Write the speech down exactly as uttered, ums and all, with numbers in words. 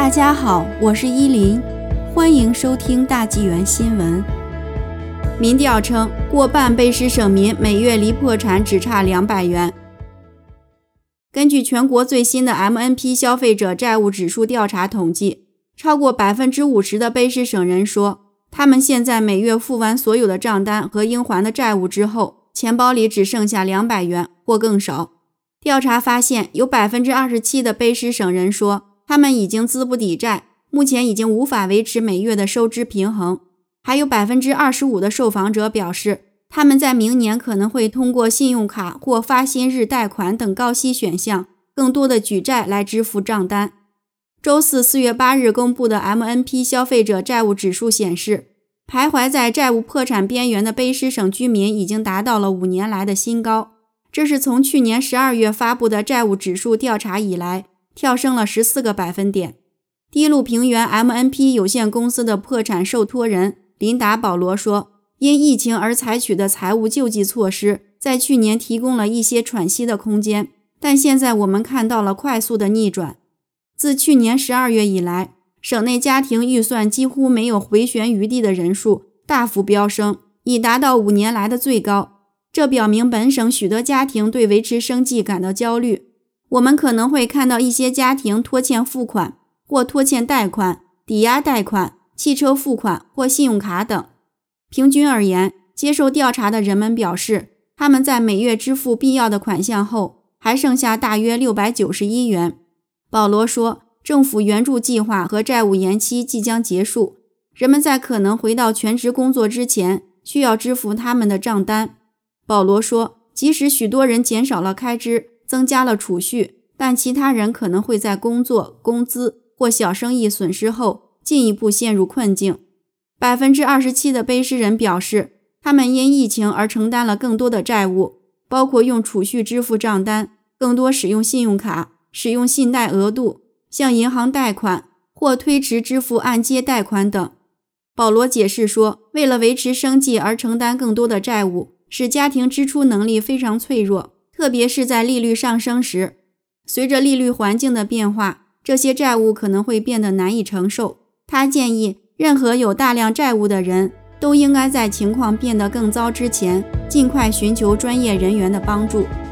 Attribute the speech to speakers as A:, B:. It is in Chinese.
A: 大家好，我是依林，欢迎收听大纪元新闻。民调称，过半卑诗省民每月离破产只差两百元。根据全国最新的 M N P 消费者债务指数调查统计，超过 百分之五十 的卑诗省人说，他们现在每月付完所有的账单和应还的债务之后，钱包里只剩下两百元或更少。调查发现，有 百分之二十七 的卑诗省人说，他们已经资不抵债，目前已经无法维持每月的收支平衡。还有 百分之二十五 的受访者表示，他们在明年可能会通过信用卡或发薪日贷款等高息选项，更多的举债来支付账单。周四四月八日公布的 M N P 消费者债务指数显示，徘徊在债务破产边缘的卑诗省居民已经达到了五年来的新高，这是从去年十二月发布的债务指数调查以来跳升了十四个百分点。低路平原 M N P 有限公司的破产受托人琳达·保罗说，因疫情而采取的财务救济措施在去年提供了一些喘息的空间，但现在我们看到了快速的逆转。自去年十二月以来，省内家庭预算几乎没有回旋余地的人数大幅飙升，已达到五年来的最高。这表明本省许多家庭对维持生计感到焦虑。我们可能会看到一些家庭拖欠付款或拖欠贷款、抵押贷款、汽车付款或信用卡等。平均而言，接受调查的人们表示，他们在每月支付必要的款项后，还剩下大约六百九十一元。保罗说，政府援助计划和债务延期即将结束，人们在可能回到全职工作之前，需要支付他们的账单。保罗说，即使许多人减少了开支，增加了储蓄，但其他人可能会在工作、工资或小生意损失后进一步陷入困境。 百分之二十七 的卑诗人表示，他们因疫情而承担了更多的债务，包括用储蓄支付账单，更多使用信用卡，使用信贷额度，向银行贷款或推迟支付按揭贷款等。保罗解释说，为了维持生计而承担更多的债务，使家庭支出能力非常脆弱，特别是在利率上升时。随着利率环境的变化，这些债务可能会变得难以承受。他建议，任何有大量债务的人都应该在情况变得更糟之前，尽快寻求专业人员的帮助。